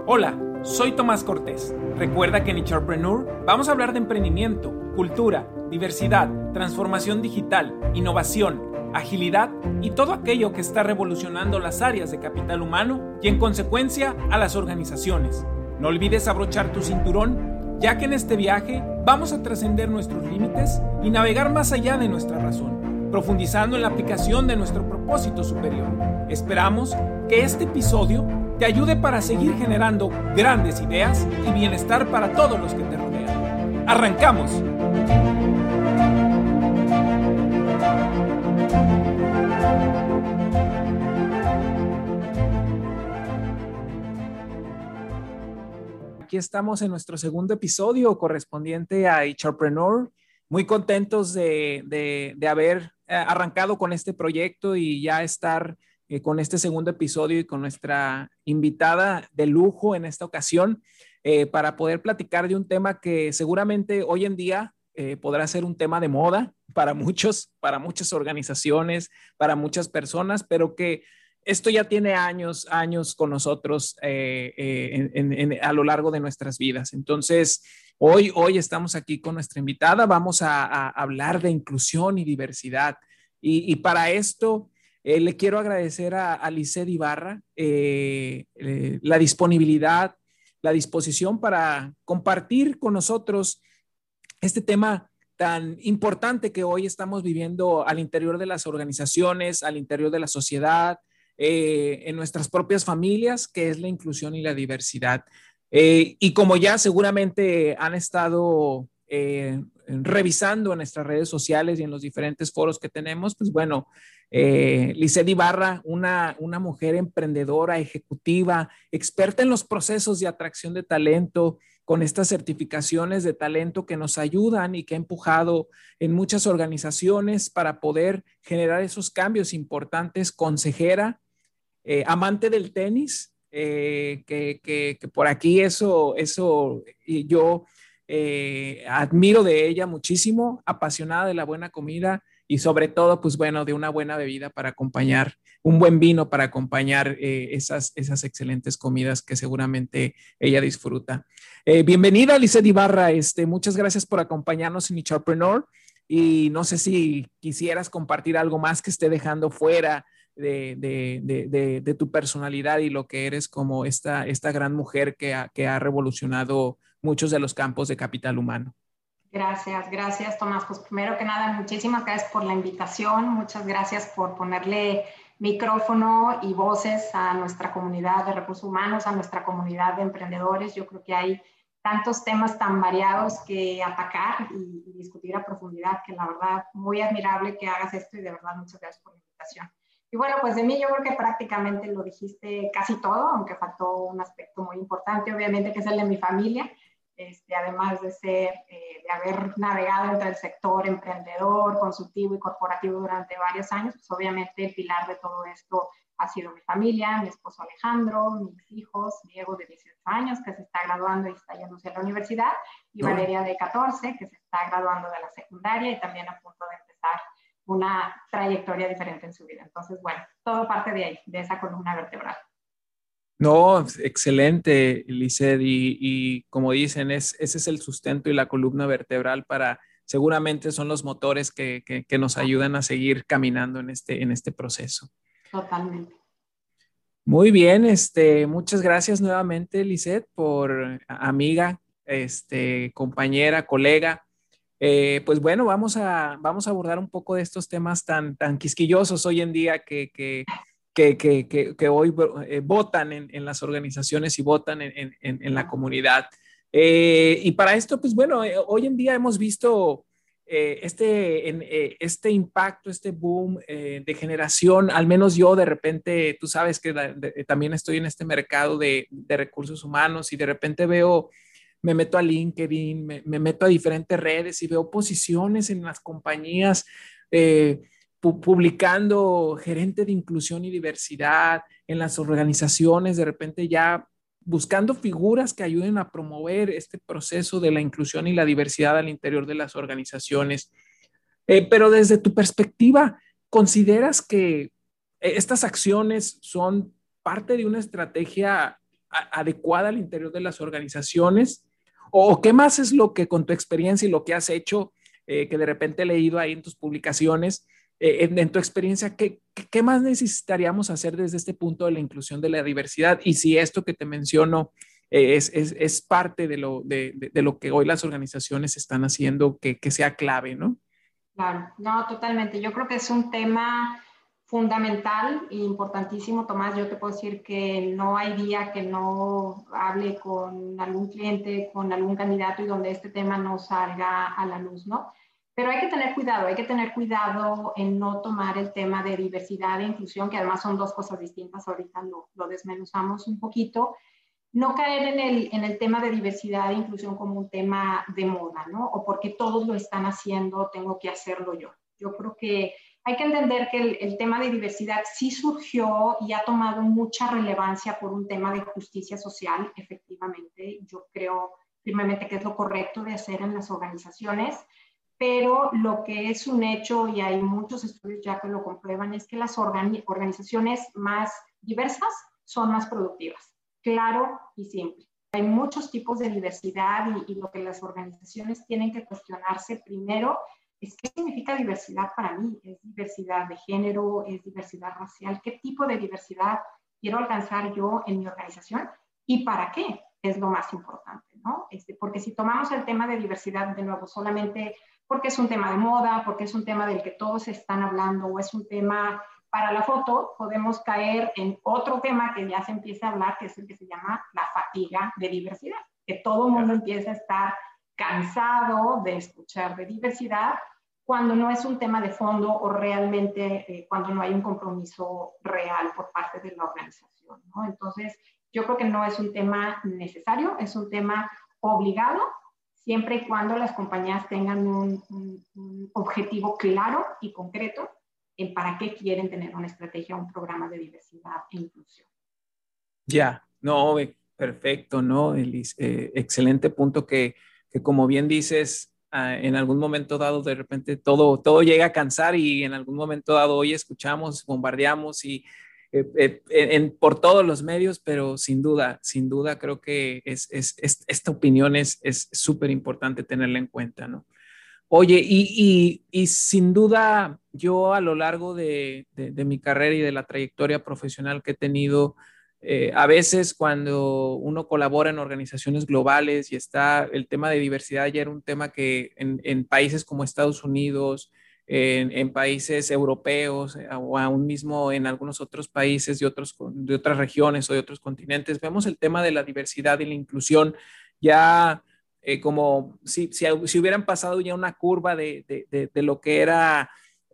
Hola, soy Tomás Cortés. Recuerda que en Intrapreneur vamos a hablar de emprendimiento, cultura, diversidad, transformación digital, innovación, agilidad y todo aquello que está revolucionando las áreas de capital humano y en consecuencia a las organizaciones. No olvides abrochar tu cinturón, ya que en este viaje vamos a trascender nuestros límites y navegar más allá de nuestra razón, profundizando en la aplicación de nuestro propósito superior. Esperamos que este episodio te ayude para seguir generando grandes ideas y bienestar para todos los que te rodean. ¡Arrancamos! Aquí estamos en nuestro segundo episodio correspondiente a Intrapreneur. Muy contentos de haber arrancado con este proyecto y ya estar con este segundo episodio y con nuestra invitada de lujo en esta ocasión para poder platicar de un tema que seguramente hoy en día podrá ser un tema de moda para muchos, para muchas organizaciones, para muchas personas, pero que esto ya tiene años con nosotros a lo largo de nuestras vidas. Entonces, hoy estamos aquí con nuestra invitada. Vamos a hablar de inclusión y diversidad. Y para esto, le quiero agradecer a Lizeth Ibarra la disponibilidad, la disposición para compartir con nosotros este tema tan importante que hoy estamos viviendo al interior de las organizaciones, al interior de la sociedad, en nuestras propias familias, que es la inclusión y la diversidad. Y como ya seguramente han estado revisando en nuestras redes sociales y en los diferentes foros que tenemos, pues bueno, Lizeth Ibarra, una mujer emprendedora, ejecutiva, experta en los procesos de atracción de talento, con estas certificaciones de talento que nos ayudan y que ha empujado en muchas organizaciones para poder generar esos cambios importantes, consejera, amante del tenis, que por aquí eso y yo admiro de ella muchísimo, apasionada de la buena comida y sobre todo, pues bueno, de una buena bebida para acompañar, un buen vino para acompañar esas excelentes comidas que seguramente ella disfruta. Bienvenida, Lizeth Ibarra, muchas gracias por acompañarnos en Intrapreneur y no sé si quisieras compartir algo más que esté dejando fuera de tu personalidad y lo que eres como esta gran mujer que ha revolucionado muchos de los campos de capital humano. Gracias, Tomás. Pues primero que nada, muchísimas gracias por la invitación. Muchas gracias por ponerle micrófono y voces a nuestra comunidad de recursos humanos, a nuestra comunidad de emprendedores. Yo creo que hay tantos temas tan variados que atacar y discutir a profundidad, que la verdad, muy admirable que hagas esto y de verdad muchas gracias por la invitación. Y bueno, pues de mí yo creo que prácticamente lo dijiste casi todo, aunque faltó un aspecto muy importante, obviamente, que es el de mi familia. Además de haber navegado entre el sector emprendedor, consultivo y corporativo durante varios años, pues obviamente el pilar de todo esto ha sido mi familia, mi esposo Alejandro, mis hijos, Diego de 18 años, que se está graduando y está yéndose a la universidad, y Valeria de 14, que se está graduando de la secundaria y también a punto de empezar una trayectoria diferente en su vida. Entonces, bueno, todo parte de ahí, de esa columna vertebral. No, excelente, Lizeth, y como dicen, ese es el sustento y la columna vertebral para, seguramente son los motores que nos ayudan a seguir caminando en este proceso. Totalmente. Muy bien, muchas gracias nuevamente, Lizeth, por amiga, compañera, colega. Pues bueno, vamos a abordar un poco de estos temas tan quisquillosos hoy en día que hoy votan en las organizaciones y votan en la comunidad. Y para esto, pues bueno, hoy en día hemos visto este impacto, este boom de generación, al menos yo de repente, tú sabes que también estoy en este mercado de recursos humanos y de repente me meto a LinkedIn, me meto a diferentes redes y veo posiciones en las compañías publicando gerente de inclusión y diversidad en las organizaciones, de repente ya buscando figuras que ayuden a promover este proceso de la inclusión y la diversidad al interior de las organizaciones. Pero desde tu perspectiva, ¿consideras que estas acciones son parte de una estrategia adecuada al interior de las organizaciones? ¿O qué más es lo que con tu experiencia y lo que has hecho, que de repente he leído ahí en tus publicaciones, en tu experiencia, ¿qué más necesitaríamos hacer desde este punto de la inclusión de la diversidad? Y si esto que te menciono es parte de lo que hoy las organizaciones están haciendo, que sea clave, ¿no? Claro, no, totalmente. Yo creo que es un tema fundamental e importantísimo, Tomás. Yo te puedo decir que no hay día que no hable con algún cliente, con algún candidato y donde este tema no salga a la luz, ¿no? Pero hay que tener cuidado en no tomar el tema de diversidad e inclusión, que además son dos cosas distintas. Ahorita lo desmenuzamos un poquito. No caer en el tema de diversidad e inclusión como un tema de moda, ¿no? O porque todos lo están haciendo, tengo que hacerlo yo. Yo creo que hay que entender que el tema de diversidad sí surgió y ha tomado mucha relevancia por un tema de justicia social, efectivamente. Yo creo firmemente que es lo correcto de hacer en las organizaciones, pero lo que es un hecho, y hay muchos estudios ya que lo comprueban, es que las organizaciones más diversas son más productivas. Claro y simple. Hay muchos tipos de diversidad y lo que las organizaciones tienen que cuestionarse primero es qué significa diversidad para mí. ¿Es diversidad de género? ¿Es diversidad racial? ¿Qué tipo de diversidad quiero alcanzar yo en mi organización? ¿Y para qué? Es lo más importante, ¿no? Porque si tomamos el tema de diversidad de nuevo solamente porque es un tema de moda, porque es un tema del que todos están hablando o es un tema para la foto, podemos caer en otro tema que ya se empieza a hablar, que es el que se llama la fatiga de diversidad, que todo el mundo empieza a estar cansado de escuchar de diversidad cuando no es un tema de fondo o realmente cuando no hay un compromiso real por parte de la organización, ¿no? Entonces, yo creo que no es un tema necesario, es un tema obligado, siempre y cuando las compañías tengan un objetivo claro y concreto en para qué quieren tener una estrategia, un programa de diversidad e inclusión. Ya, no, perfecto, ¿no, Elis? Excelente punto que como bien dices, en algún momento dado de repente todo llega a cansar y en algún momento dado hoy escuchamos, bombardeamos y por todos los medios, pero sin duda creo que esta opinión es súper importante tenerla en cuenta, ¿no? Oye, y sin duda yo a lo largo de mi carrera y de la trayectoria profesional que he tenido, a veces cuando uno colabora en organizaciones globales y está el tema de diversidad ya era un tema que en países como Estados Unidos, en países europeos o aún mismo en algunos otros países de otras regiones o de otros continentes, vemos el tema de la diversidad y la inclusión ya como si hubieran pasado ya una curva de lo que era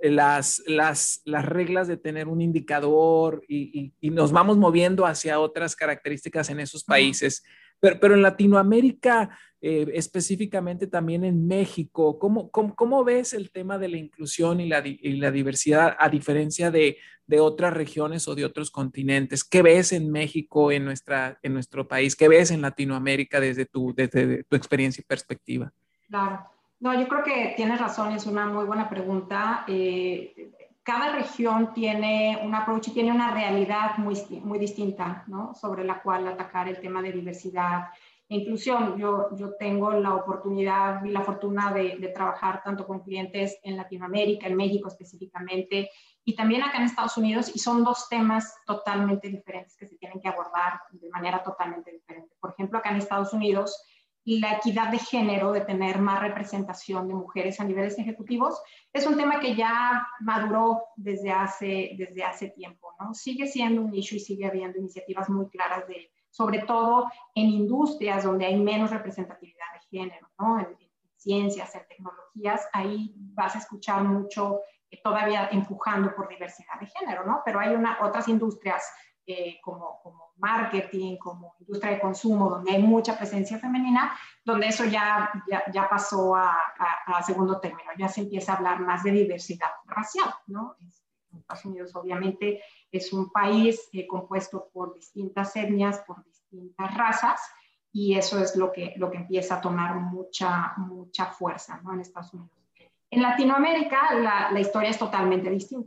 las reglas de tener un indicador y nos vamos moviendo hacia otras características en esos países. Pero en Latinoamérica, específicamente también en México, ¿cómo ves el tema de la inclusión y la diversidad a diferencia de otras regiones o de otros continentes? ¿Qué ves en México, en nuestro país? ¿Qué ves en Latinoamérica desde tu experiencia y perspectiva? Claro. No, yo creo que tienes razón, es una muy buena pregunta. Cada región tiene un approach y tiene una realidad muy distinta, ¿no? Sobre la cual atacar el tema de diversidad e inclusión. Yo tengo la oportunidad y la fortuna de trabajar tanto con clientes en Latinoamérica, en México específicamente, y también acá en Estados Unidos, y son dos temas totalmente diferentes que se tienen que abordar de manera totalmente diferente. Por ejemplo, acá en Estados Unidos, la equidad de género, de tener más representación de mujeres a niveles ejecutivos, es un tema que ya maduró desde hace tiempo, ¿no? Sigue siendo un issue y sigue habiendo iniciativas muy claras sobre todo en industrias donde hay menos representatividad de género, ¿no? En ciencias, en tecnologías, ahí vas a escuchar mucho todavía empujando por diversidad de género, ¿no? Pero hay otras industrias como marketing, como industria de consumo, donde hay mucha presencia femenina, donde eso ya pasó a segundo término, ya se empieza a hablar más de diversidad racial, ¿no? Estados Unidos obviamente es un país compuesto por distintas etnias, por distintas razas, y eso es lo que empieza a tomar mucha fuerza, ¿no? En Estados Unidos. En Latinoamérica la historia es totalmente distinta.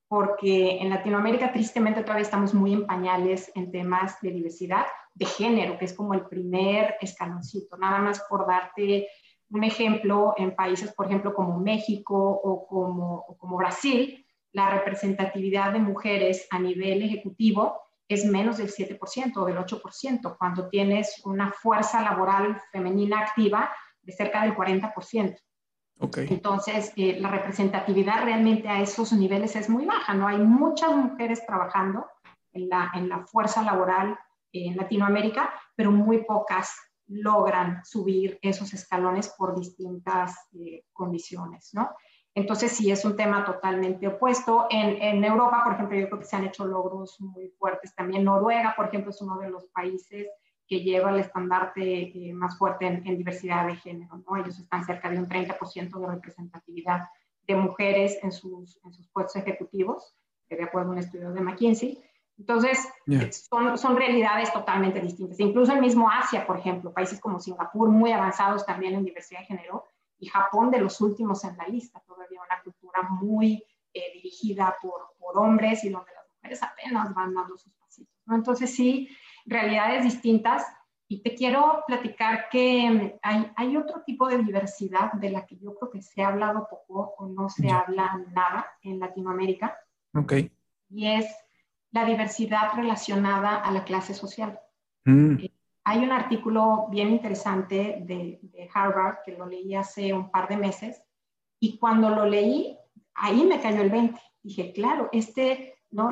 porque en Latinoamérica tristemente todavía estamos muy en pañales en temas de diversidad de género, que es como el primer escaloncito. Nada más por darte un ejemplo, en países, por ejemplo, como México o como Brasil, la representatividad de mujeres a nivel ejecutivo es menos del 7% o del 8%, cuando tienes una fuerza laboral femenina activa de cerca del 40%. Okay. Entonces, la representatividad realmente a esos niveles es muy baja, ¿no? Hay muchas mujeres trabajando en la fuerza laboral en Latinoamérica, pero muy pocas logran subir esos escalones por distintas condiciones, ¿no? Entonces, sí, es un tema totalmente opuesto. En Europa, por ejemplo, yo creo que se han hecho logros muy fuertes también. Noruega, por ejemplo, es uno de los países que lleva el estandarte más fuerte en diversidad de género, ¿no? Ellos están cerca de un 30% de representatividad de mujeres en sus puestos ejecutivos, de acuerdo a un estudio de McKinsey. Entonces, son realidades totalmente distintas. Incluso el mismo Asia, por ejemplo, países como Singapur, muy avanzados también en diversidad de género, y Japón de los últimos en la lista, todavía una cultura muy dirigida por hombres y donde las mujeres apenas van dando sus pasitos, ¿no? Entonces, sí, realidades distintas. Y te quiero platicar que hay otro tipo de diversidad de la que yo creo que se ha hablado poco o no se habla nada en Latinoamérica. Okay. Y es la diversidad relacionada a la clase social. Hay un artículo bien interesante de Harvard que lo leí hace un par de meses y cuando lo leí, ahí me cayó el 20. Dije, claro, ¿no?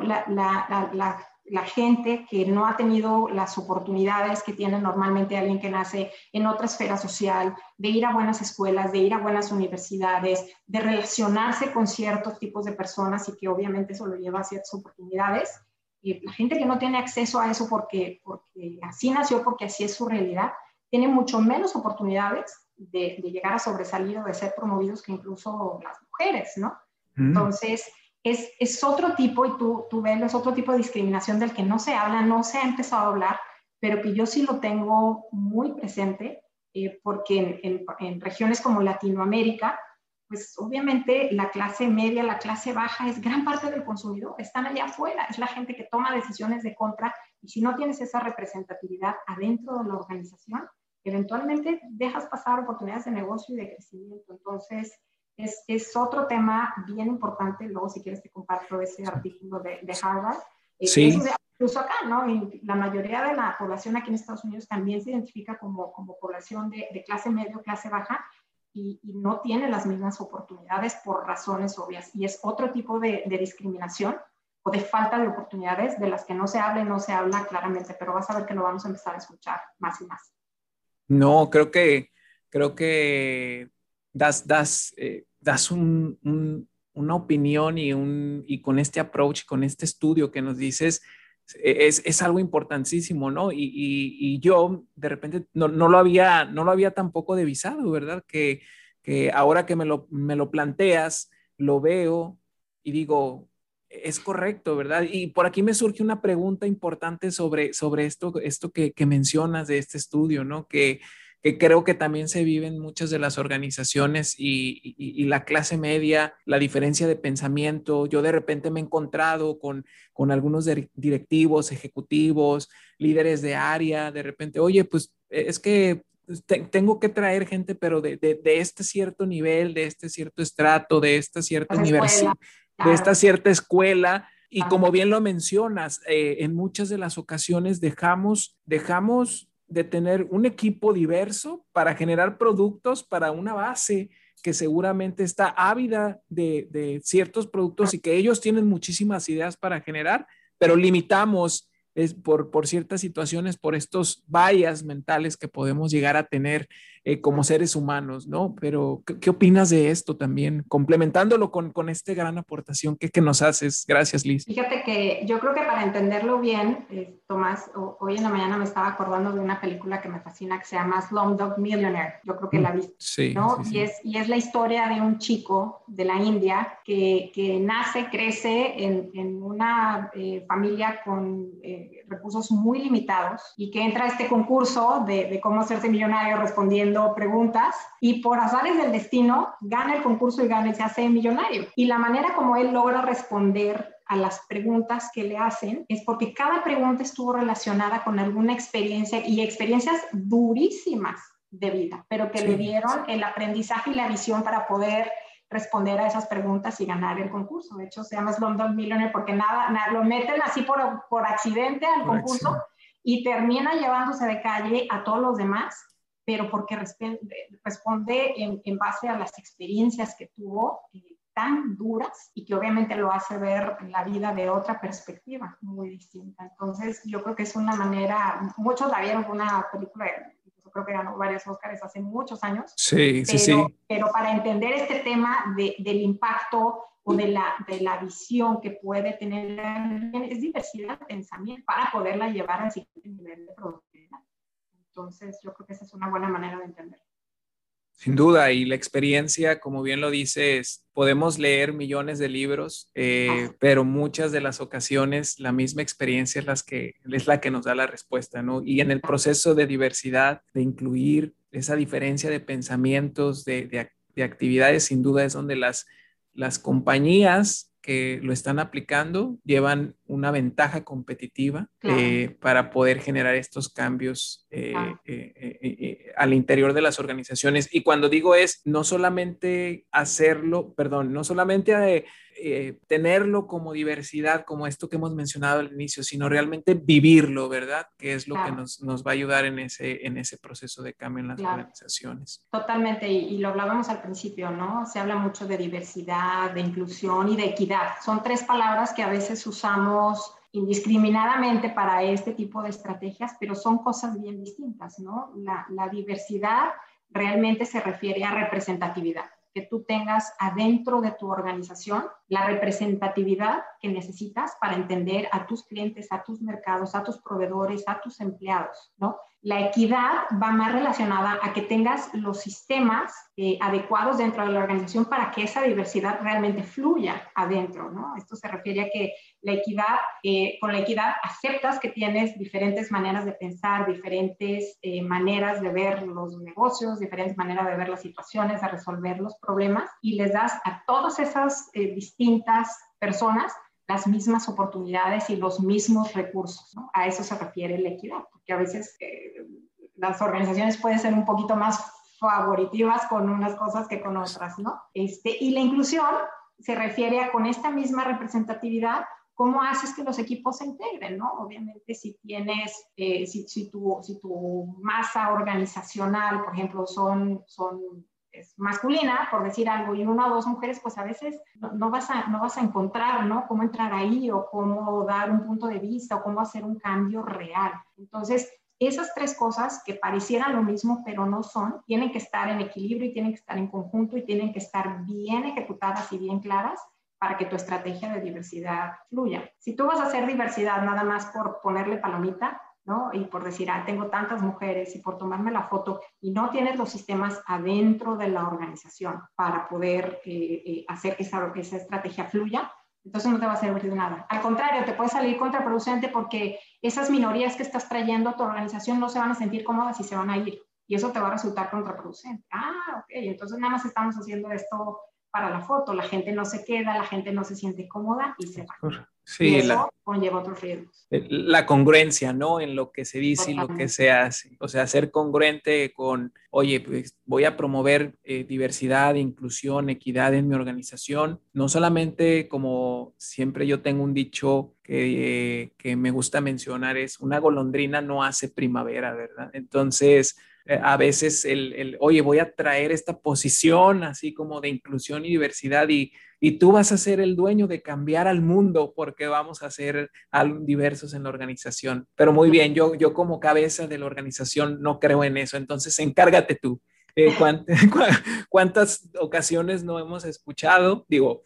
La gente que no ha tenido las oportunidades que tiene normalmente alguien que nace en otra esfera social, de ir a buenas escuelas, de ir a buenas universidades, de relacionarse con ciertos tipos de personas y que obviamente eso lo lleva a ciertas oportunidades. Y la gente que no tiene acceso a eso porque así nació, porque así es su realidad, tiene mucho menos oportunidades de llegar a sobresalir o de ser promovidos que incluso las mujeres, ¿no? Entonces, es otro tipo, y tú ves, es otro tipo de discriminación del que no se habla, no se ha empezado a hablar, pero que yo sí lo tengo muy presente, porque en regiones como Latinoamérica, pues obviamente la clase media, la clase baja es gran parte del consumidor, están allá afuera, es la gente que toma decisiones de compra, y si no tienes esa representatividad adentro de la organización, eventualmente dejas pasar oportunidades de negocio y de crecimiento. Entonces, es otro tema bien importante. Luego, si quieres, te comparto ese artículo de Harvard. Sí. Eso se incluso acá, ¿no? Y la mayoría de la población aquí en Estados Unidos también se identifica como población de clase media o clase baja y no tiene las mismas oportunidades por razones obvias. Y es otro tipo de discriminación o de falta de oportunidades de las que no se habla y no se habla claramente, pero vas a ver que lo vamos a empezar a escuchar más y más. No, creo que das una opinión y con este approach, con este estudio que nos dices, es algo importantísimo, ¿no? Y yo de repente no lo había tampoco divisado, ¿verdad? Que ahora que me lo planteas, lo veo y digo, es correcto, ¿verdad? Y por aquí me surge una pregunta importante sobre esto que mencionas de este estudio, ¿no? Que creo que también se vive en muchas de las organizaciones y la clase media, la diferencia de pensamiento. Yo de repente me he encontrado con algunos directivos, ejecutivos, líderes de área, de repente, oye, pues es que tengo que traer gente, pero de este cierto nivel, de este cierto estrato, de esta cierta universidad, de esta cierta escuela. Y como bien lo mencionas, en muchas de las ocasiones dejamos de tener un equipo diverso para generar productos para una base que seguramente está ávida de ciertos productos y que ellos tienen muchísimas ideas para generar, pero limitamos por ciertas situaciones, por estos vallas mentales que podemos llegar a tener como seres humanos, ¿no? Pero, ¿qué opinas de esto también? Complementándolo con esta gran aportación que nos haces. Gracias, Liz. Fíjate que yo creo que para entenderlo bien, Tomás, hoy en la mañana me estaba acordando de una película que me fascina que se llama Slumdog Millionaire. Yo creo que la viste, sí, ¿no? Sí, sí. Y es la historia de un chico de la India que nace, crece en una familia con recursos muy limitados y que entra a este concurso de cómo hacerse millonario respondiendo lo preguntas y por azares del destino gana el concurso y gana y se hace millonario. Y la manera como él logra responder a las preguntas que le hacen es porque cada pregunta estuvo relacionada con alguna experiencia y experiencias durísimas de vida, pero que le dieron el aprendizaje y la visión para poder responder a esas preguntas y ganar el concurso. De hecho, se llama Slumdog Millionaire porque nada, lo meten así por accidente al concurso y termina llevándose de calle a todos los demás, pero porque responde en base a las experiencias que tuvo tan duras y que obviamente lo hace ver la vida de otra perspectiva muy distinta. Entonces, yo creo que es una manera, muchos la vieron, una película, yo creo que ganó varios Óscares hace muchos años, pero para entender este tema del impacto o de la visión que puede tener, es diversidad de pensamiento para poderla llevar al siguiente nivel de productividad. Entonces, yo creo que esa es una buena manera de entenderlo. Sin duda, y la experiencia, como bien lo dices, podemos leer millones de libros, pero muchas de las ocasiones la misma experiencia es la que nos da la respuesta, ¿no? Y en el proceso de diversidad, de incluir esa diferencia de pensamientos, de actividades, sin duda es donde las compañías que lo están aplicando llevan una ventaja competitiva para poder generar estos cambios al interior de las organizaciones. Y cuando digo es no solamente hacerlo, perdón, no solamente tenerlo como diversidad, como esto que hemos mencionado al inicio, sino realmente vivirlo, ¿verdad? Que es lo que nos va a ayudar en ese proceso de cambio en las organizaciones. Totalmente, y lo hablábamos al principio, ¿no? Se habla mucho de diversidad, de inclusión y de equidad. Son tres palabras que a veces usamos indiscriminadamente para este tipo de estrategias, pero son cosas bien distintas, ¿no? La diversidad realmente se refiere a representatividad, que tú tengas adentro de tu organización la representatividad que necesitas para entender a tus clientes, a tus mercados, a tus proveedores, a tus empleados, ¿no? La equidad va más relacionada a que tengas los sistemas adecuados dentro de la organización para que esa diversidad realmente fluya adentro, ¿no? Esto se refiere a que la equidad, con la equidad aceptas que tienes diferentes maneras de pensar, diferentes maneras de ver los negocios, diferentes maneras de ver las situaciones, de resolver los problemas y les das a todas esas distintas personas las mismas oportunidades y los mismos recursos, ¿no? A eso se refiere la equidad, porque a veces las organizaciones pueden ser un poquito más favoritivas con unas cosas que con otras, ¿no? Y la inclusión se refiere a con esta misma representatividad, ¿cómo haces que los equipos se integren, ¿no? Obviamente si tienes, si tu masa organizacional, por ejemplo, es masculina, por decir algo, y una o dos mujeres, pues a veces no vas a encontrar, ¿no? Cómo entrar ahí o cómo dar un punto de vista o cómo hacer un cambio real. Entonces, esas tres cosas que parecieran lo mismo, pero no son, tienen que estar en equilibrio y tienen que estar en conjunto y tienen que estar bien ejecutadas y bien claras para que tu estrategia de diversidad fluya. Si tú vas a hacer diversidad nada más por ponerle palomita, ¿no? Y por decir, tengo tantas mujeres y por tomarme la foto y no tienes los sistemas adentro de la organización para poder hacer que esa estrategia fluya, entonces no te va a servir de nada. Al contrario, te puede salir contraproducente porque esas minorías que estás trayendo a tu organización no se van a sentir cómodas y se van a ir. Y eso te va a resultar contraproducente. Ok, entonces nada más estamos haciendo esto para la foto, la gente no se queda, la gente no se siente cómoda y se va. Sí, y eso conlleva otros riesgos. La congruencia, ¿no? En lo que se dice y lo que se hace. O sea, ser congruente con, oye, pues voy a promover diversidad, inclusión, equidad en mi organización. No solamente como siempre yo tengo un dicho que me gusta mencionar, es una golondrina no hace primavera, ¿verdad? Entonces, a veces oye, voy a traer esta posición así como de inclusión y diversidad y tú vas a ser el dueño de cambiar al mundo porque vamos a ser diversos en la organización. Pero muy bien, yo como cabeza de la organización no creo en eso, entonces encárgate tú. ¿Cuántas ocasiones no hemos escuchado? Digo,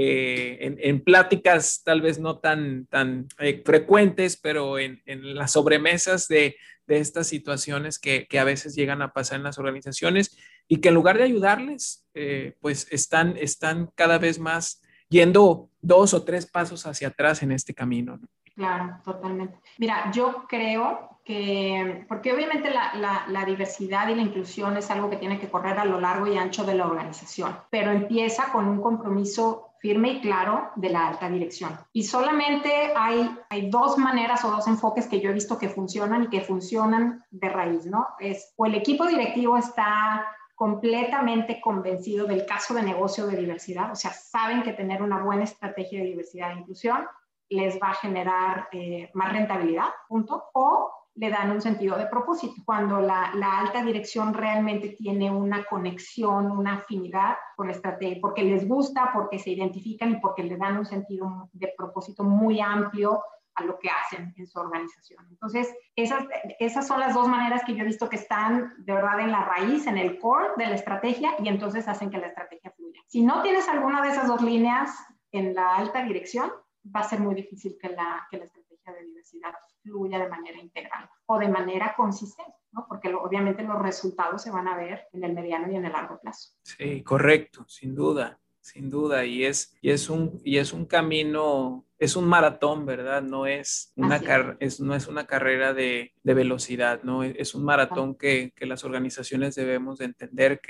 en pláticas tal vez no tan frecuentes, pero en las sobremesas de estas situaciones que a veces llegan a pasar en las organizaciones y que en lugar de ayudarles, pues están cada vez más yendo 2 o 3 pasos hacia atrás en este camino, ¿no? Claro, totalmente. Mira, yo creo porque obviamente la diversidad y la inclusión es algo que tiene que correr a lo largo y ancho de la organización, pero empieza con un compromiso firme y claro de la alta dirección. Y solamente hay dos maneras o dos enfoques que yo he visto que funcionan y que funcionan de raíz, ¿no? O el equipo directivo está completamente convencido del caso de negocio de diversidad, o sea, saben que tener una buena estrategia de diversidad e inclusión les va a generar más rentabilidad, punto, o le dan un sentido de propósito. Cuando la alta dirección realmente tiene una conexión, una afinidad con la estrategia, porque les gusta, porque se identifican y porque le dan un sentido de propósito muy amplio a lo que hacen en su organización. Entonces, esas son las dos maneras que yo he visto que están de verdad en la raíz, en el core de la estrategia, y entonces hacen que la estrategia fluya. Si no tienes alguna de esas dos líneas en la alta dirección, va a ser muy difícil que la estrategia de diversidad fluya de manera integral o de manera consistente, ¿no? Porque obviamente los resultados se van a ver en el mediano y en el largo plazo. Sí, correcto, sin duda, sin duda. Y es un camino, es un maratón, ¿verdad? No es una, no es una carrera de velocidad, ¿no? Es un maratón que las organizaciones debemos de entender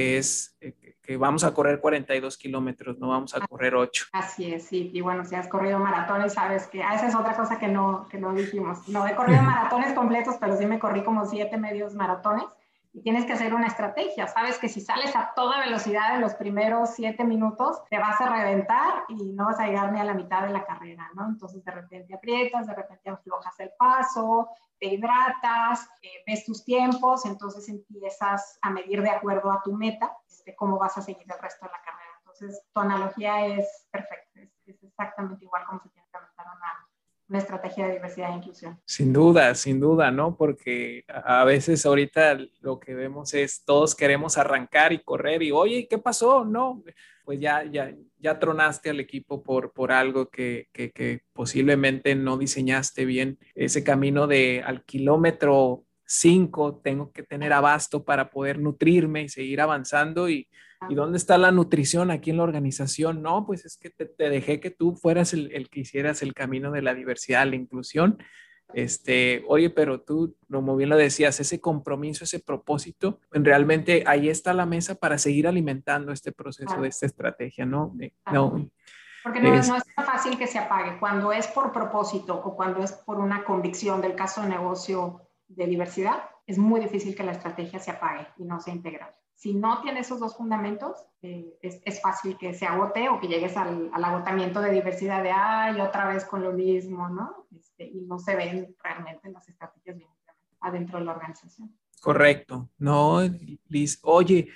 que vamos a correr 42 kilómetros, no vamos a correr 8. Así es, sí. Y bueno, si has corrido maratones, sabes que esa es otra cosa que no dijimos. No he corrido maratones completos, pero sí me corrí como 7 medios maratones. Y tienes que hacer una estrategia. Sabes que si sales a toda velocidad en los primeros 7 minutos, te vas a reventar y no vas a llegar ni a la mitad de la carrera, ¿no? Entonces, de repente aprietas, de repente aflojas el paso, te hidratas, ves tus tiempos, entonces empiezas a medir de acuerdo a tu meta cómo vas a seguir el resto de la carrera. Entonces, tu analogía es perfecta. Es exactamente igual como se tiene que avanzar una estrategia de diversidad e inclusión. Sin duda, ¿no? Porque a veces ahorita lo que vemos es todos queremos arrancar y correr y, oye, ¿qué pasó? No, pues ya tronaste al equipo por algo que posiblemente no diseñaste bien. Ese camino de al kilómetro 5 tengo que tener abasto para poder nutrirme y seguir avanzando ¿y dónde está la nutrición aquí en la organización? No, pues es que te dejé que tú fueras el que hicieras el camino de la diversidad, la inclusión. Oye, pero tú, como bien lo decías, ese compromiso, ese propósito, realmente ahí está la mesa para seguir alimentando este proceso de esta estrategia, ¿no? No. Porque no es tan fácil que se apague. Cuando es por propósito o cuando es por una convicción del caso de negocio de diversidad, es muy difícil que la estrategia se apague y no sea integral. Si no tiene esos dos fundamentos, es fácil que se agote o que llegues al agotamiento de diversidad de, ay, otra vez con lo mismo, ¿no? Y no se ven realmente las estrategias bien adentro de la organización. Correcto. No, Liz. Oye,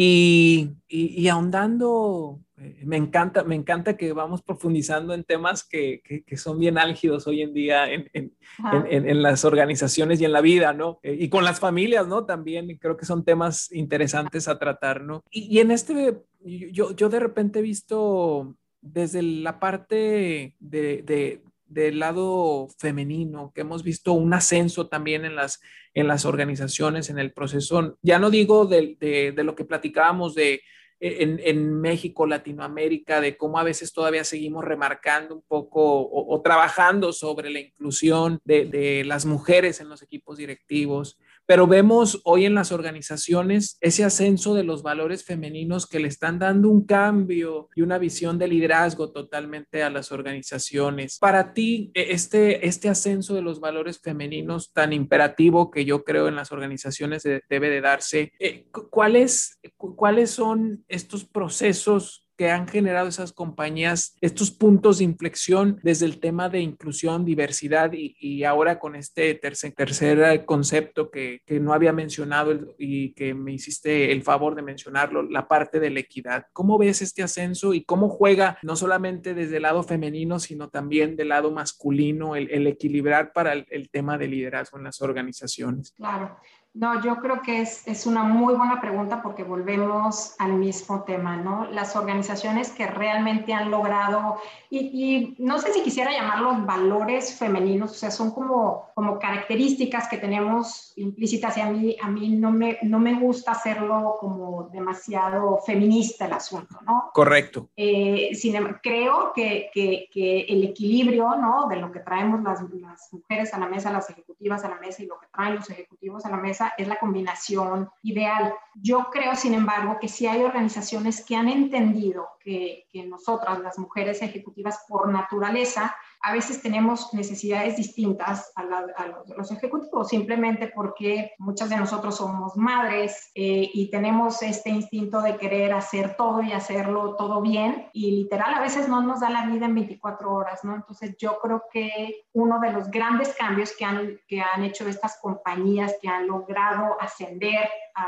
y ahondando, me encanta que vamos profundizando en temas que son bien álgidos hoy en día en las organizaciones y en la vida, ¿no? Y con las familias, ¿no? También creo que son temas interesantes a tratar, ¿no? Y en yo de repente he visto desde la parte del lado femenino, que hemos visto un ascenso también en las organizaciones, en el proceso, ya no digo de lo que platicábamos en México, Latinoamérica, de cómo a veces todavía seguimos remarcando un poco o trabajando sobre la inclusión de las mujeres en los equipos directivos, pero vemos hoy en las organizaciones ese ascenso de los valores femeninos que le están dando un cambio y una visión de liderazgo totalmente a las organizaciones. Para ti, este ascenso de los valores femeninos tan imperativo que yo creo en las organizaciones debe de darse, ¿cuáles son estos procesos que han generado esas compañías, estos puntos de inflexión desde el tema de inclusión, diversidad y ahora con este tercer concepto que no había mencionado y que me hiciste el favor de mencionarlo, la parte de la equidad? ¿Cómo ves este ascenso y cómo juega no solamente desde el lado femenino, sino también del lado masculino el equilibrar para el tema de liderazgo en las organizaciones? Claro. No, yo creo que es una muy buena pregunta porque volvemos al mismo tema, ¿no? Las organizaciones que realmente han logrado, y no sé si quisiera llamarlos valores femeninos, o sea, son como características que tenemos implícitas y a mí no me gusta hacerlo como demasiado feminista el asunto, ¿no? Correcto. Creo que el equilibrio, ¿no?, de lo que traemos las mujeres a la mesa, las ejecutivas a la mesa y lo que traen los ejecutivos a la mesa es la combinación ideal. Yo creo, sin embargo, que sí hay organizaciones que han entendido que nosotras, las mujeres ejecutivas, por naturaleza, a veces tenemos necesidades distintas a los ejecutivos, simplemente porque muchas de nosotros somos madres y tenemos este instinto de querer hacer todo y hacerlo todo bien, y literal a veces no nos da la vida en 24 horas, ¿no? Entonces yo creo que uno de los grandes cambios que han hecho estas compañías que han logrado ascender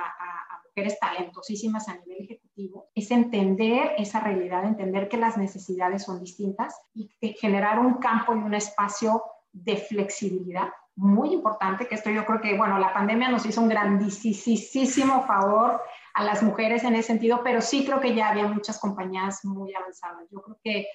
a mujeres talentosísimas a nivel ejecutivo es entender esa realidad, entender que las necesidades son distintas y generar un campo y un espacio de flexibilidad muy importante, que esto yo creo que, bueno, la pandemia nos hizo un grandísimo favor a las mujeres en ese sentido, pero sí creo que ya había muchas compañías muy avanzadas. Yo creo que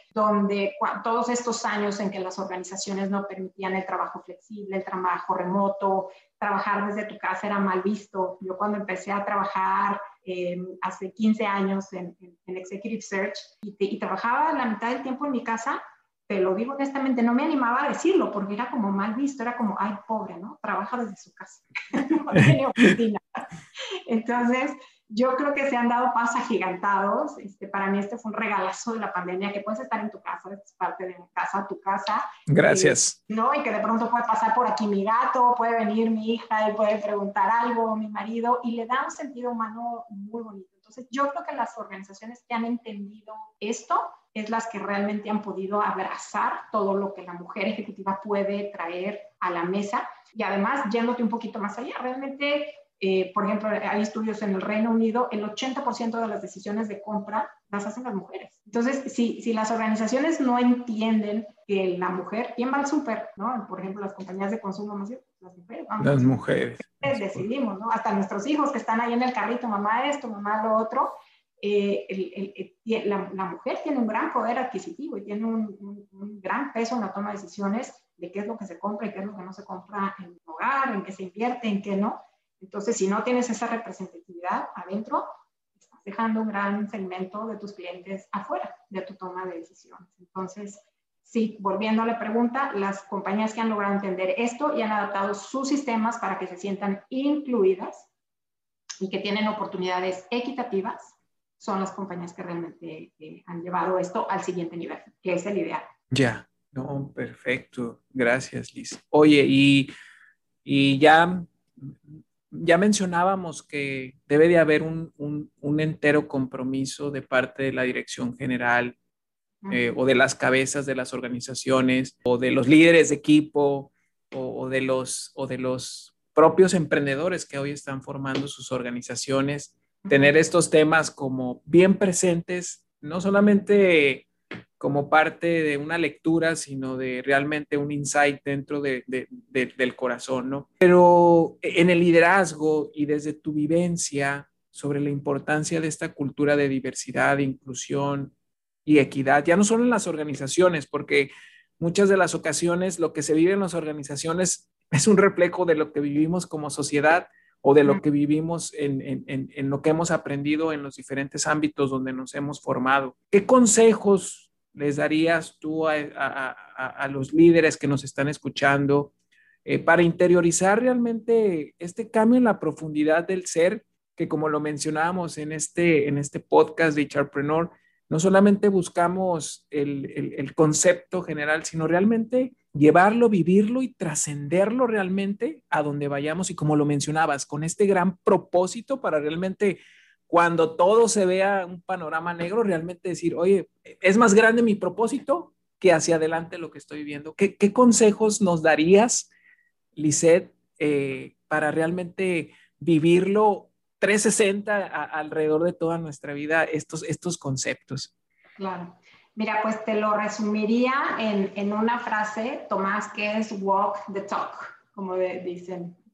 todos estos años en que las organizaciones no permitían el trabajo flexible, el trabajo remoto, trabajar desde tu casa era mal visto. Yo cuando empecé a trabajar hace 15 años en Executive Search y trabajaba la mitad del tiempo en mi casa, te lo digo honestamente, no me animaba a decirlo porque era como mal visto, era como, ay, pobre, ¿no? Trabaja desde su casa, no tiene oficina. Entonces, yo creo que se han dado pasos agigantados. Para mí este fue un regalazo de la pandemia, que puedes estar en tu casa, es parte de mi casa, tu casa. Gracias. ¿No? Y que de pronto puede pasar por aquí mi gato, puede venir mi hija y puede preguntar algo, mi marido, y le da un sentido humano muy bonito. Entonces, yo creo que las organizaciones que han entendido esto es las que realmente han podido abrazar todo lo que la mujer ejecutiva puede traer a la mesa. Y además, yéndote un poquito más allá, realmente, por ejemplo, hay estudios en el Reino Unido, el 80% de las decisiones de compra las hacen las mujeres. Entonces, si las organizaciones no entienden que la mujer, ¿quién va al súper? ¿No? Por ejemplo, las compañías de consumo masivo, las mujeres. Vamos, las mujeres. Decidimos, ¿no? Hasta nuestros hijos que están ahí en el carrito, mamá esto, mamá lo otro. La mujer tiene un gran poder adquisitivo y tiene un gran peso en la toma de decisiones de qué es lo que se compra y qué es lo que no se compra en el hogar, en qué se invierte, en qué no. Entonces, si no tienes esa representatividad adentro, estás dejando un gran segmento de tus clientes afuera de tu toma de decisiones. Entonces, sí, volviendo a la pregunta, las compañías que han logrado entender esto y han adaptado sus sistemas para que se sientan incluidas y que tienen oportunidades equitativas son las compañías que realmente han llevado esto al siguiente nivel, que es el ideal. Ya, no, perfecto. Gracias, Liz. Oye, y ya mencionábamos que debe de haber un entero compromiso de parte de la dirección general o de las cabezas de las organizaciones o de los líderes de equipo o de los propios emprendedores que hoy están formando sus organizaciones, tener estos temas como bien presentes, no solamente como parte de una lectura, sino de realmente un insight dentro del corazón, ¿no? Pero en el liderazgo y desde tu vivencia sobre la importancia de esta cultura de diversidad, de inclusión y equidad, ya no solo en las organizaciones, porque muchas de las ocasiones lo que se vive en las organizaciones es un reflejo de lo que vivimos como sociedad o de lo que vivimos en lo que hemos aprendido en los diferentes ámbitos donde nos hemos formado. ¿Qué consejos les darías tú a los líderes que nos están escuchando para interiorizar realmente este cambio en la profundidad del ser, que como lo mencionábamos en este podcast de Charpreneur, no solamente buscamos el concepto general, sino realmente llevarlo, vivirlo y trascenderlo realmente a donde vayamos y como lo mencionabas, con este gran propósito para realmente cuando todo se vea un panorama negro, realmente decir, oye, es más grande mi propósito que hacia adelante lo que estoy viendo. ¿Qué consejos nos darías, Lisette, para realmente vivirlo 360 alrededor de toda nuestra vida, estos conceptos? Claro. Mira, pues te lo resumiría en una frase, Tomás, que es walk the talk, como dicen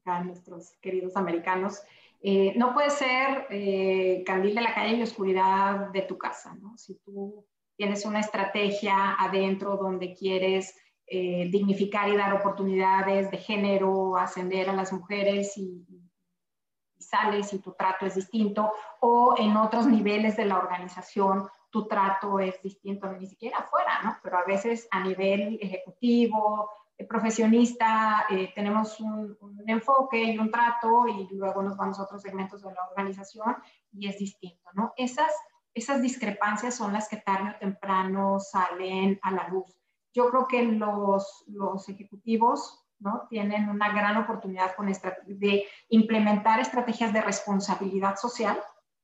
acá nuestros queridos americanos. No puede ser candil de la calle y oscuridad de tu casa, ¿no? Si tú tienes una estrategia adentro donde quieres dignificar y dar oportunidades de género, ascender a las mujeres y sales y tu trato es distinto, o en otros niveles de la organización tu trato es distinto, ni siquiera afuera, ¿no? Pero a veces a nivel ejecutivo, profesionista, tenemos un enfoque y un trato y luego nos vamos a otros segmentos de la organización y es distinto, ¿no? Esas discrepancias son las que tarde o temprano salen a la luz. Yo creo que los ejecutivos, ¿no?, tienen una gran oportunidad de implementar estrategias de responsabilidad social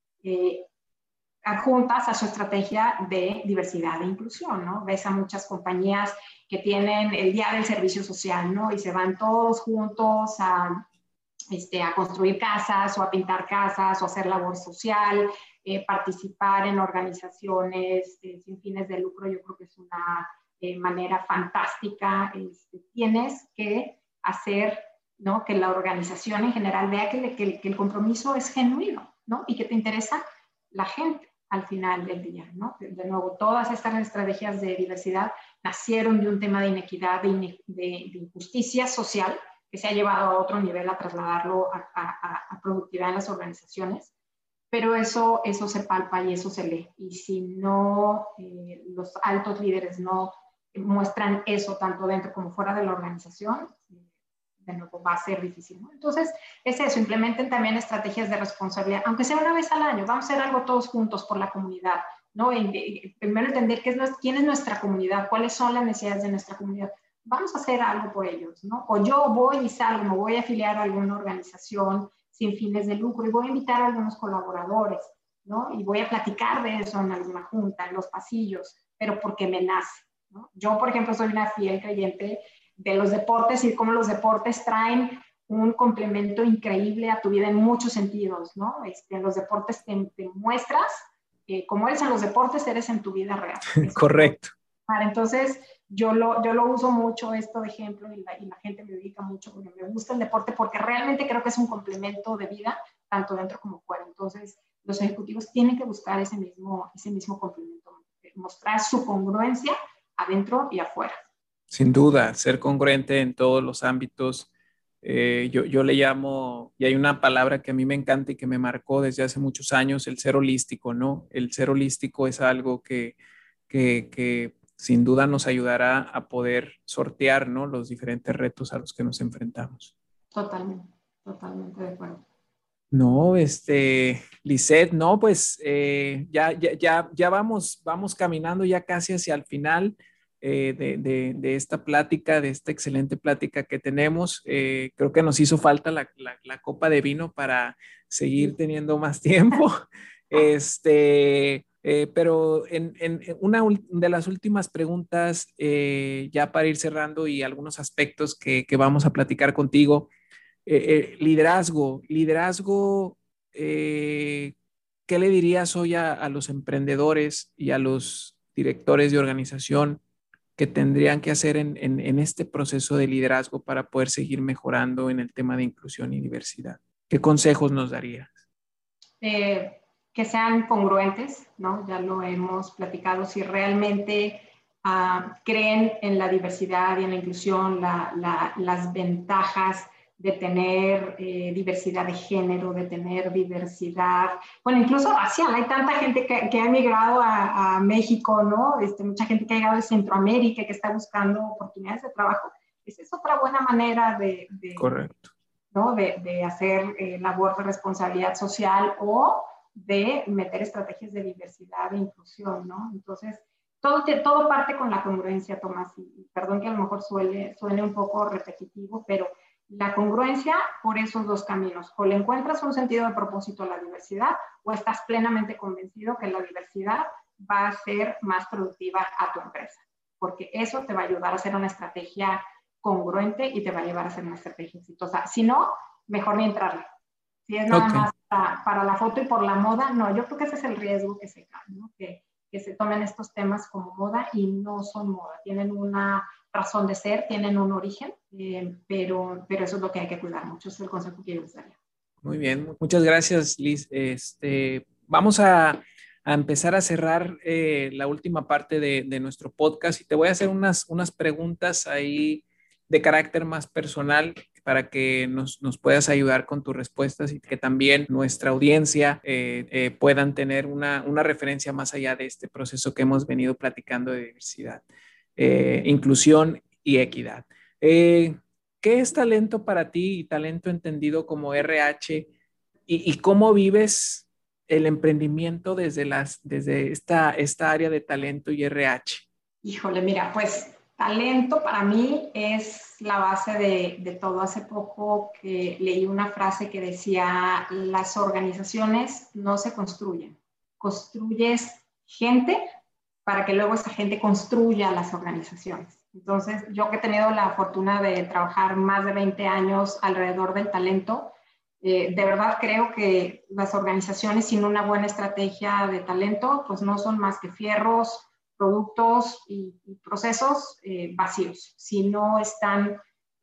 adjuntas a su estrategia de diversidad e inclusión, ¿no? Ves a muchas compañías que tienen el día del servicio social, ¿no? Y se van todos juntos a construir casas o a pintar casas o a hacer labor social, participar en organizaciones sin fines de lucro. Yo creo que es una manera fantástica. Tienes que hacer, ¿no?, que la organización en general vea que el compromiso es genuino, ¿no?, y que te interesa la gente al final del día, ¿no? De nuevo, todas estas estrategias de diversidad nacieron de un tema de inequidad, de injusticia social, que se ha llevado a otro nivel a trasladarlo a productividad en las organizaciones, pero eso se palpa y eso se lee. Y si no, los altos líderes no muestran eso tanto dentro como fuera de la organización, de nuevo va a ser difícil, ¿no? Entonces, es eso, implementen también estrategias de responsabilidad, aunque sea una vez al año, vamos a hacer algo todos juntos por la comunidad, ¿no? Primero entender quién es nuestra comunidad, cuáles son las necesidades de nuestra comunidad. Vamos a hacer algo por ellos, ¿no? O yo voy y salgo, me voy a afiliar a alguna organización sin fines de lucro y voy a invitar a algunos colaboradores, ¿no? Y voy a platicar de eso en alguna junta, en los pasillos, pero porque me nace, ¿no? Yo, por ejemplo, soy una fiel creyente de los deportes y cómo los deportes traen un complemento increíble a tu vida en muchos sentidos, ¿no? En los deportes te muestras como eres en los deportes, eres en tu vida real. Correcto. Entonces, yo lo uso mucho esto de ejemplo y la gente me dedica mucho porque me gusta el deporte, porque realmente creo que es un complemento de vida, tanto dentro como fuera. Entonces, los ejecutivos tienen que buscar ese mismo complemento, mostrar su congruencia adentro y afuera. Sin duda, ser congruente en todos los ámbitos. Yo le llamo, y hay una palabra que a mí me encanta y que me marcó desde hace muchos años, el ser holístico, ¿no? El ser holístico es algo que sin duda nos ayudará a poder sortear, ¿no?, los diferentes retos a los que nos enfrentamos. Totalmente, totalmente de acuerdo. No, Lisette, no, pues ya vamos caminando ya casi hacia el final de esta plática, de esta excelente plática que tenemos. Creo que nos hizo falta la copa de vino para seguir teniendo más tiempo. Pero en una de las últimas preguntas, ya para ir cerrando y algunos aspectos que vamos a platicar contigo. Liderazgo, ¿qué le dirías hoy a los emprendedores y a los directores de organización que tendrían que hacer en este proceso de liderazgo para poder seguir mejorando en el tema de inclusión y diversidad? ¿Qué consejos nos darías? Que sean congruentes, ¿no? Ya lo hemos platicado, si realmente creen en la diversidad y en la inclusión, las ventajas de tener diversidad de género, de tener diversidad, bueno, incluso racial. Hay tanta gente que ha emigrado a México, ¿no? Mucha gente que ha llegado de Centroamérica y que está buscando oportunidades de trabajo. Esa es otra buena manera Correcto. ¿no?, de hacer labor de responsabilidad social o de meter estrategias de diversidad e inclusión, ¿no? Entonces, todo parte con la congruencia, Tomás, y perdón que a lo mejor suene un poco repetitivo, pero la congruencia por esos dos caminos. O le encuentras un sentido de propósito a la diversidad o estás plenamente convencido que la diversidad va a ser más productiva a tu empresa, porque eso te va a ayudar a hacer una estrategia congruente y te va a llevar a hacer una estrategia exitosa. Si no, mejor ni entrarle. Si es nada más para la foto y por la moda, no, yo creo que ese es el riesgo que se cae, ¿no? Que que se tomen estos temas como moda y no son moda, tienen una razón de ser, tienen un origen, pero eso es lo que hay que cuidar mucho, es el consejo que yo les daría. Muy bien, muchas gracias, Liz. Vamos a empezar a cerrar la última parte de nuestro podcast y te voy a hacer unas preguntas ahí de carácter más personal para que nos puedas ayudar con tus respuestas y que también nuestra audiencia puedan tener una referencia más allá de este proceso que hemos venido platicando de diversidad, inclusión y equidad. ¿Qué es talento para ti y talento entendido como RH y cómo vives el emprendimiento desde esta área de talento y RH? Híjole, mira, pues talento para mí es la base de todo. Hace poco que leí una frase que decía, las organizaciones no se construyen, construyes gente para que luego esa gente construya las organizaciones. Entonces, yo que he tenido la fortuna de trabajar más de 20 años alrededor del talento, de verdad creo que las organizaciones sin una buena estrategia de talento, pues no son más que fierros, productos y procesos vacíos. Si no están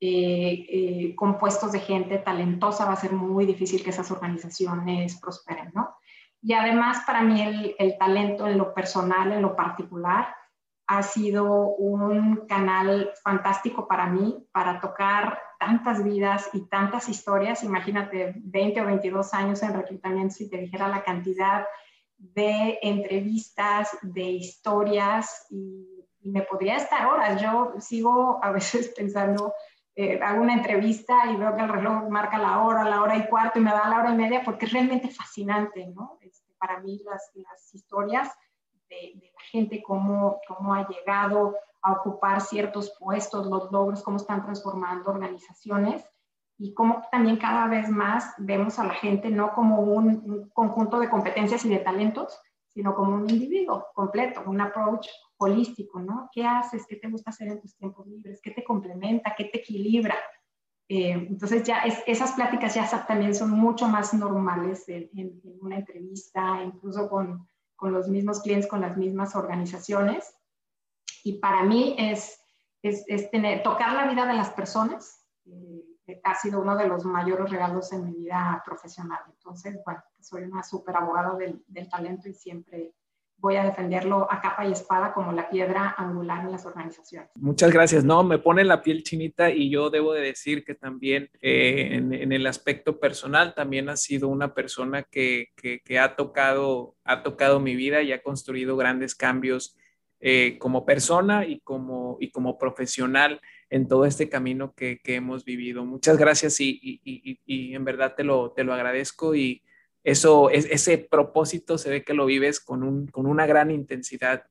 compuestos de gente talentosa, va a ser muy difícil que esas organizaciones prosperen, ¿no? Y además, para mí, el talento en lo personal, en lo particular, ha sido un canal fantástico para mí, para tocar tantas vidas y tantas historias. Imagínate, 20 o 22 años en reclutamiento, si te dijera la cantidad de entrevistas, de historias, y me podría estar horas. Yo sigo a veces pensando, hago una entrevista y veo que el reloj marca la hora y cuarto y me da la hora y media porque es realmente fascinante, ¿no? Para mí las historias de la gente, cómo ha llegado a ocupar ciertos puestos, los logros, cómo están transformando organizaciones y cómo también cada vez más vemos a la gente no como un conjunto de competencias y de talentos, sino como un individuo completo, un approach holístico, ¿no? ¿Qué haces? ¿Qué te gusta hacer en tus tiempos libres? ¿Qué te complementa? ¿Qué te equilibra? Entonces ya esas pláticas ya también son mucho más normales en una entrevista, incluso con los mismos clientes, con las mismas organizaciones. Y para mí es tocar la vida de las personas. Ha sido uno de los mayores regalos en mi vida profesional. Entonces, bueno, soy una súper abogada del talento y siempre voy a defenderlo a capa y espada como la piedra angular en las organizaciones. Muchas gracias. No, me pone la piel chinita y yo debo de decir que también en el aspecto personal también ha sido una persona que ha tocado mi vida y ha construido grandes cambios como persona y como profesional en todo este camino que hemos vivido. Muchas gracias y en verdad te lo agradezco y ese propósito se ve que lo vives con una gran intensidad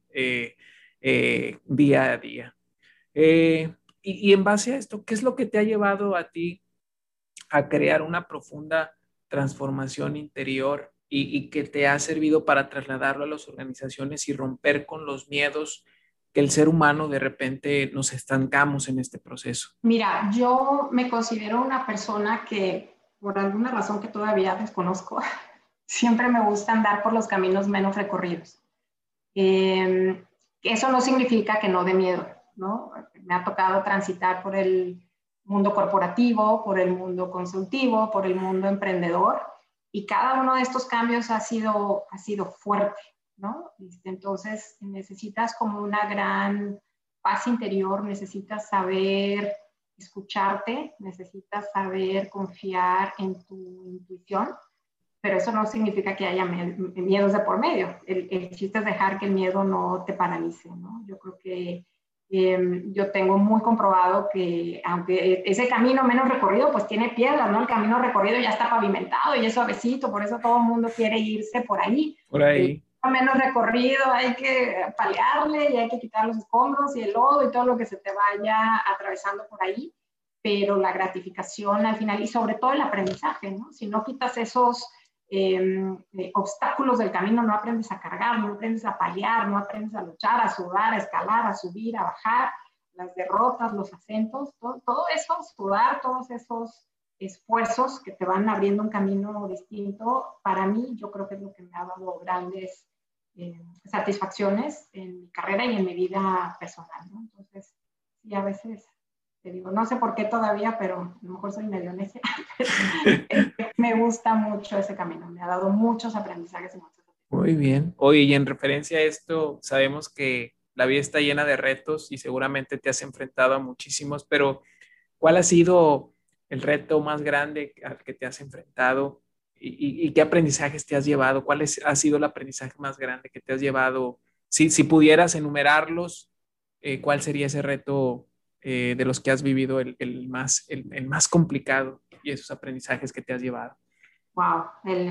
día a día. Y en base a esto, ¿qué es lo que te ha llevado a ti a crear una profunda transformación interior y que te ha servido para trasladarlo a las organizaciones y romper con los miedos que el ser humano de repente nos estancamos en este proceso? Mira, yo me considero una persona que, por alguna razón que todavía desconozco, siempre me gusta andar por los caminos menos recorridos. Eso no significa que no dé miedo, ¿no? Me ha tocado transitar por el mundo corporativo, por el mundo consultivo, por el mundo emprendedor, y cada uno de estos cambios ha sido fuerte, ¿no? Entonces necesitas como una gran paz interior, necesitas saber escucharte, necesitas saber confiar en tu intuición, pero eso no significa que haya miedos de por medio. El chiste es dejar que el miedo no te paralice, ¿no? Yo creo que yo tengo muy comprobado que aunque ese camino menos recorrido pues tiene piedras, ¿no? El camino recorrido ya está pavimentado y es suavecito, por eso todo el mundo quiere irse por ahí. Por ahí. El menos recorrido hay que palearle y hay que quitar los escombros y el lodo y todo lo que se te vaya atravesando por ahí, pero la gratificación al final y sobre todo el aprendizaje, ¿no? Si no quitas esos obstáculos del camino, no aprendes a cargar, no aprendes a paliar, no aprendes a luchar, a sudar, a escalar, a subir, a bajar, las derrotas, los acentos, todo eso, sudar, todos esos esfuerzos que te van abriendo un camino distinto, para mí yo creo que es lo que me ha dado grandes satisfacciones en mi carrera y en mi vida personal, ¿no? Entonces, sí, a veces te digo, no sé por qué todavía, pero a lo mejor soy medio necia. Me gusta mucho ese camino, me ha dado muchos aprendizajes y muchos. Muy bien. Oye, y en referencia a esto, sabemos que la vida está llena de retos y seguramente te has enfrentado a muchísimos, pero ¿cuál ha sido el reto más grande al que te has enfrentado y qué aprendizajes te has llevado? Ha sido el aprendizaje más grande que te has llevado? Si pudieras enumerarlos, ¿cuál sería ese reto de los que has vivido el más complicado y esos aprendizajes que te has llevado? Wow,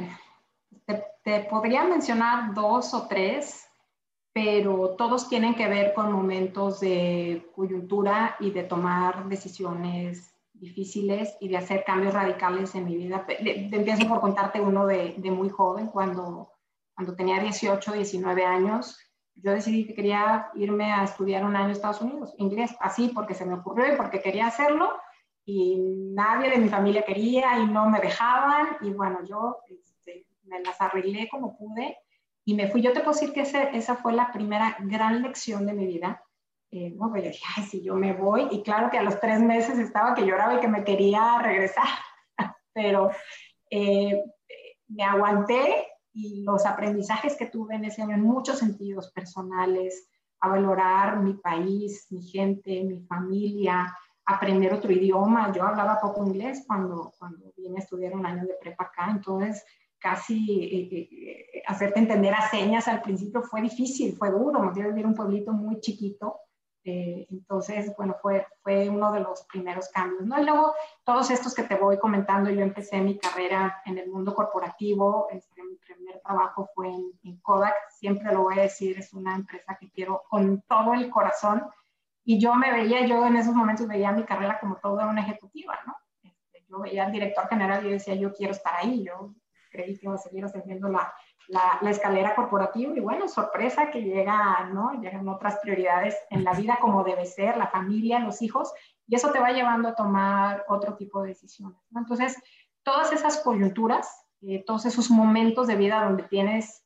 te podría mencionar 2 o 3, pero todos tienen que ver con momentos de coyuntura y de tomar decisiones difíciles y de hacer cambios radicales en mi vida. Empiezo por contarte uno de muy joven, cuando tenía 18, 19 años. Yo decidí que quería irme a estudiar un año a Estados Unidos, inglés, así porque se me ocurrió y porque quería hacerlo, y nadie de mi familia quería y no me dejaban, y bueno, yo me las arreglé como pude y me fui. Yo te puedo decir que esa fue la primera gran lección de mi vida. No, pues yo dije, ay, si yo me voy, y claro que a los 3 meses estaba que lloraba y que me quería regresar, pero eh, me aguanté, y los aprendizajes que tuve en ese año en muchos sentidos personales, a valorar mi país, mi gente, mi familia, aprender otro idioma. Yo hablaba poco inglés cuando vine a estudiar un año de prepa acá, entonces casi hacerte entender a señas al principio fue difícil, fue duro. Yo vivía en un pueblito muy chiquito, entonces, bueno, fue uno de los primeros cambios, ¿no? Y luego, todos estos que te voy comentando, yo empecé mi carrera en el mundo corporativo. Mi primer trabajo fue en Kodak, siempre lo voy a decir, es una empresa que quiero con todo el corazón, y yo en esos momentos veía mi carrera como toda una ejecutiva, ¿no? Yo veía al director general y decía, yo quiero estar ahí. Yo creí que iba a seguir ascendiendo la escalera corporativa, y bueno, sorpresa que ¿no? Llegan otras prioridades en la vida, como debe ser, la familia, los hijos, y eso te va llevando a tomar otro tipo de decisiones, ¿no? Entonces, todas esas coyunturas, todos esos momentos de vida donde tienes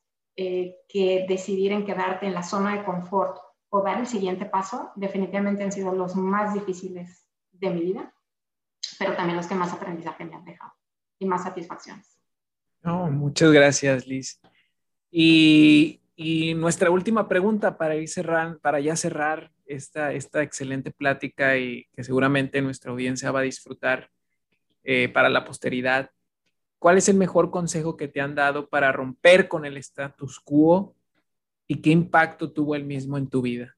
que decidir en quedarte en la zona de confort o dar el siguiente paso, definitivamente han sido los más difíciles de mi vida, pero también los que más aprendizaje me han dejado y más satisfacciones. No, muchas gracias, Liz. Y nuestra última pregunta para ya cerrar esta excelente plática y que seguramente nuestra audiencia va a disfrutar para la posteridad. ¿Cuál es el mejor consejo que te han dado para romper con el status quo y qué impacto tuvo el mismo en tu vida?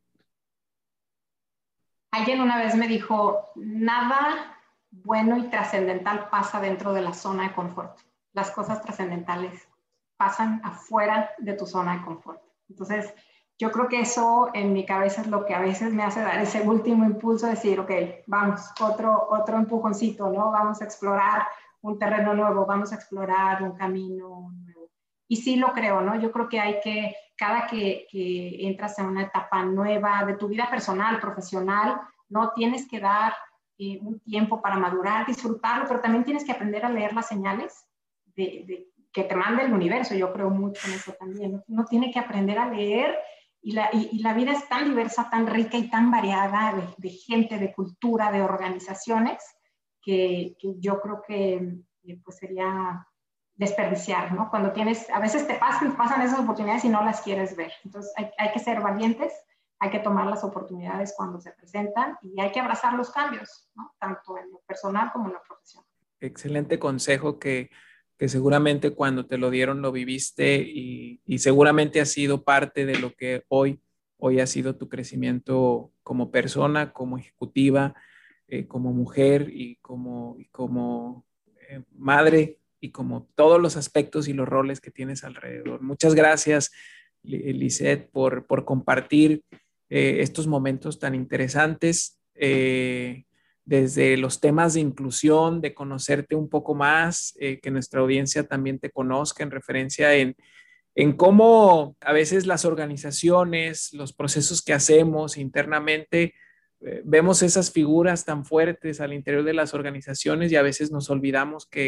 Alguien una vez me dijo, nada bueno y trascendental pasa dentro de la zona de confort. Las cosas trascendentales pasan afuera de tu zona de confort. Entonces, yo creo que eso en mi cabeza es lo que a veces me hace dar ese último impulso de decir, ok, vamos, otro empujoncito, ¿no? Vamos a explorar un terreno nuevo, vamos a explorar un camino nuevo. Y sí lo creo, ¿no? Yo creo que cada que entras en una etapa nueva de tu vida personal, profesional, ¿no? Tienes que dar un tiempo para madurar, disfrutarlo, pero también tienes que aprender a leer las señales que te manda el universo. Yo creo mucho en eso también, ¿no? Uno tiene que aprender a leer, y la vida es tan diversa, tan rica y tan variada de gente, de cultura, de organizaciones, que yo creo que pues sería desperdiciar, ¿no? Cuando a veces te pasan esas oportunidades y no las quieres ver. Entonces hay que ser valientes, hay que tomar las oportunidades cuando se presentan, y hay que abrazar los cambios, ¿no? Tanto en lo personal como en lo profesional. Excelente consejo que seguramente cuando te lo dieron lo viviste y seguramente ha sido parte de lo que hoy ha sido tu crecimiento como persona, como ejecutiva, como mujer y como madre y como todos los aspectos y los roles que tienes alrededor. Muchas gracias, Lisette, por compartir estos momentos tan interesantes. Desde los temas de inclusión, de conocerte un poco más, que nuestra audiencia también te conozca en referencia en cómo a veces las organizaciones, los procesos que hacemos internamente, vemos esas figuras tan fuertes al interior de las organizaciones y a veces nos olvidamos que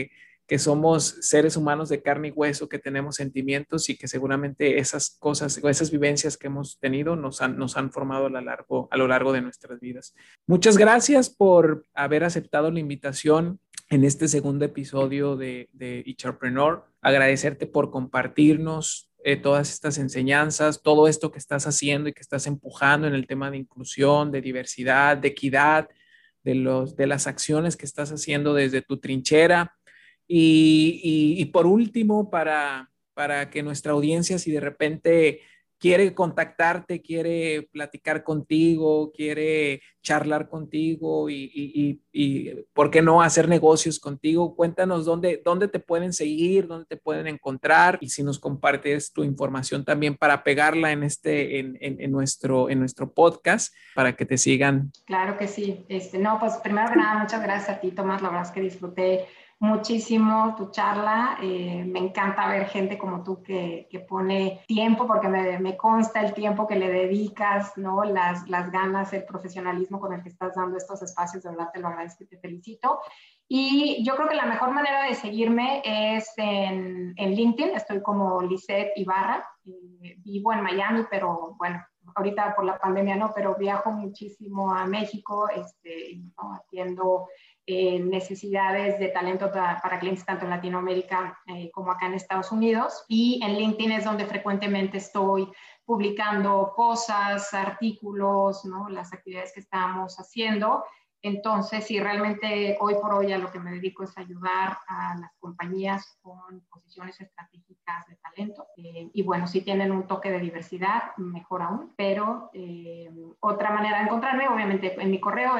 que somos seres humanos de carne y hueso, que tenemos sentimientos y que seguramente esas cosas o esas vivencias que hemos tenido nos han formado a lo largo de nuestras vidas. Muchas gracias por haber aceptado la invitación en este segundo episodio de HRpreneur. Agradecerte por compartirnos todas estas enseñanzas, todo esto que estás haciendo y que estás empujando en el tema de inclusión, de diversidad, de equidad, de las acciones que estás haciendo desde tu trinchera. Y por último, para que nuestra audiencia, si de repente quiere contactarte, quiere platicar contigo, quiere charlar contigo y ¿por qué no hacer negocios contigo? Cuéntanos dónde te pueden seguir, dónde te pueden encontrar y si nos compartes tu información también para pegarla en nuestro podcast para que te sigan. Claro que sí. No, pues primero que nada, muchas gracias a ti, Tomás. La verdad es que disfruté muchísimo tu charla. Me encanta ver gente como tú que pone tiempo, porque me consta el tiempo que le dedicas, ¿no? Las ganas, el profesionalismo con el que estás dando estos espacios. De verdad te lo agradezco y te felicito. Y yo creo que la mejor manera de seguirme es en LinkedIn. Estoy como Lisette Ibarra. Vivo en Miami, pero bueno, ahorita por la pandemia no, pero viajo muchísimo a México, ¿no? Atiendo necesidades de talento para clientes tanto en Latinoamérica como acá en Estados Unidos. Y en LinkedIn es donde frecuentemente estoy publicando cosas, artículos, ¿no? Las actividades que estamos haciendo. Entonces, sí, realmente hoy por hoy a lo que me dedico es ayudar a las compañías con posiciones estratégicas de talento. Y bueno, si tienen un toque de diversidad, mejor aún. Pero otra manera de encontrarme, obviamente, en mi correo,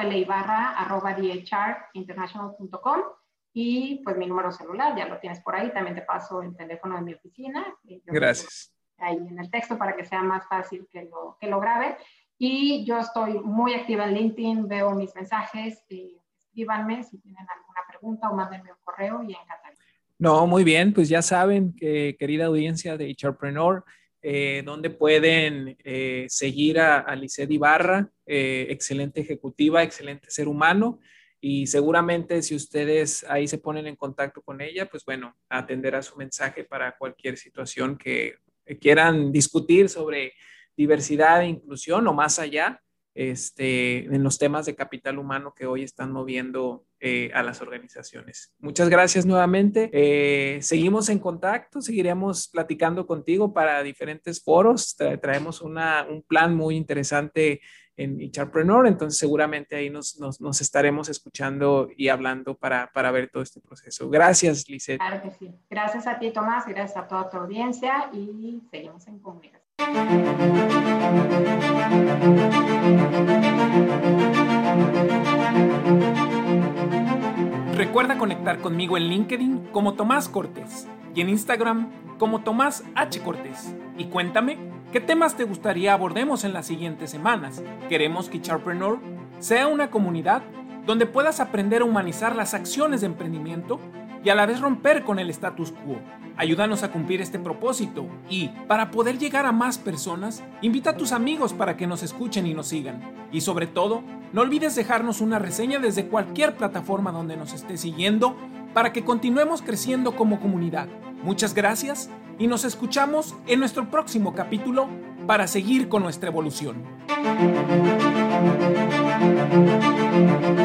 libarra@dhrinternational.com. Y pues mi número celular, ya lo tienes por ahí. También te paso el teléfono de mi oficina. Gracias. Ahí en el texto para que sea más fácil que lo graben. Y yo estoy muy activa en LinkedIn, veo mis mensajes, escríbanme si tienen alguna pregunta o mándenme un correo y encantaré. No, muy bien, pues ya saben, querida audiencia de HRpreneur, donde pueden seguir a Lisette Ibarra, excelente ejecutiva, excelente ser humano, y seguramente si ustedes ahí se ponen en contacto con ella, pues bueno, atenderá su mensaje para cualquier situación que quieran discutir sobre diversidad e inclusión o más allá, en los temas de capital humano que hoy están moviendo a las organizaciones. Muchas gracias nuevamente. Seguimos en contacto, seguiremos platicando contigo para diferentes foros. Traemos un plan muy interesante en HRpreneur, entonces seguramente ahí nos estaremos escuchando y hablando para ver todo este proceso. Gracias, Lisette. Claro que sí. Gracias a ti, Tomás, gracias a toda tu audiencia y seguimos en comunicación. Recuerda conectar conmigo en LinkedIn como Tomás Cortés y en Instagram como Tomás H. Cortés. Y cuéntame, ¿qué temas te gustaría abordemos en las siguientes semanas? Queremos que HRpreneur sea una comunidad donde puedas aprender a humanizar las acciones de emprendimiento y a la vez romper con el status quo. Ayúdanos a cumplir este propósito y, para poder llegar a más personas, invita a tus amigos para que nos escuchen y nos sigan. Y sobre todo, no olvides dejarnos una reseña desde cualquier plataforma donde nos estés siguiendo para que continuemos creciendo como comunidad. Muchas gracias y nos escuchamos en nuestro próximo capítulo para seguir con nuestra evolución.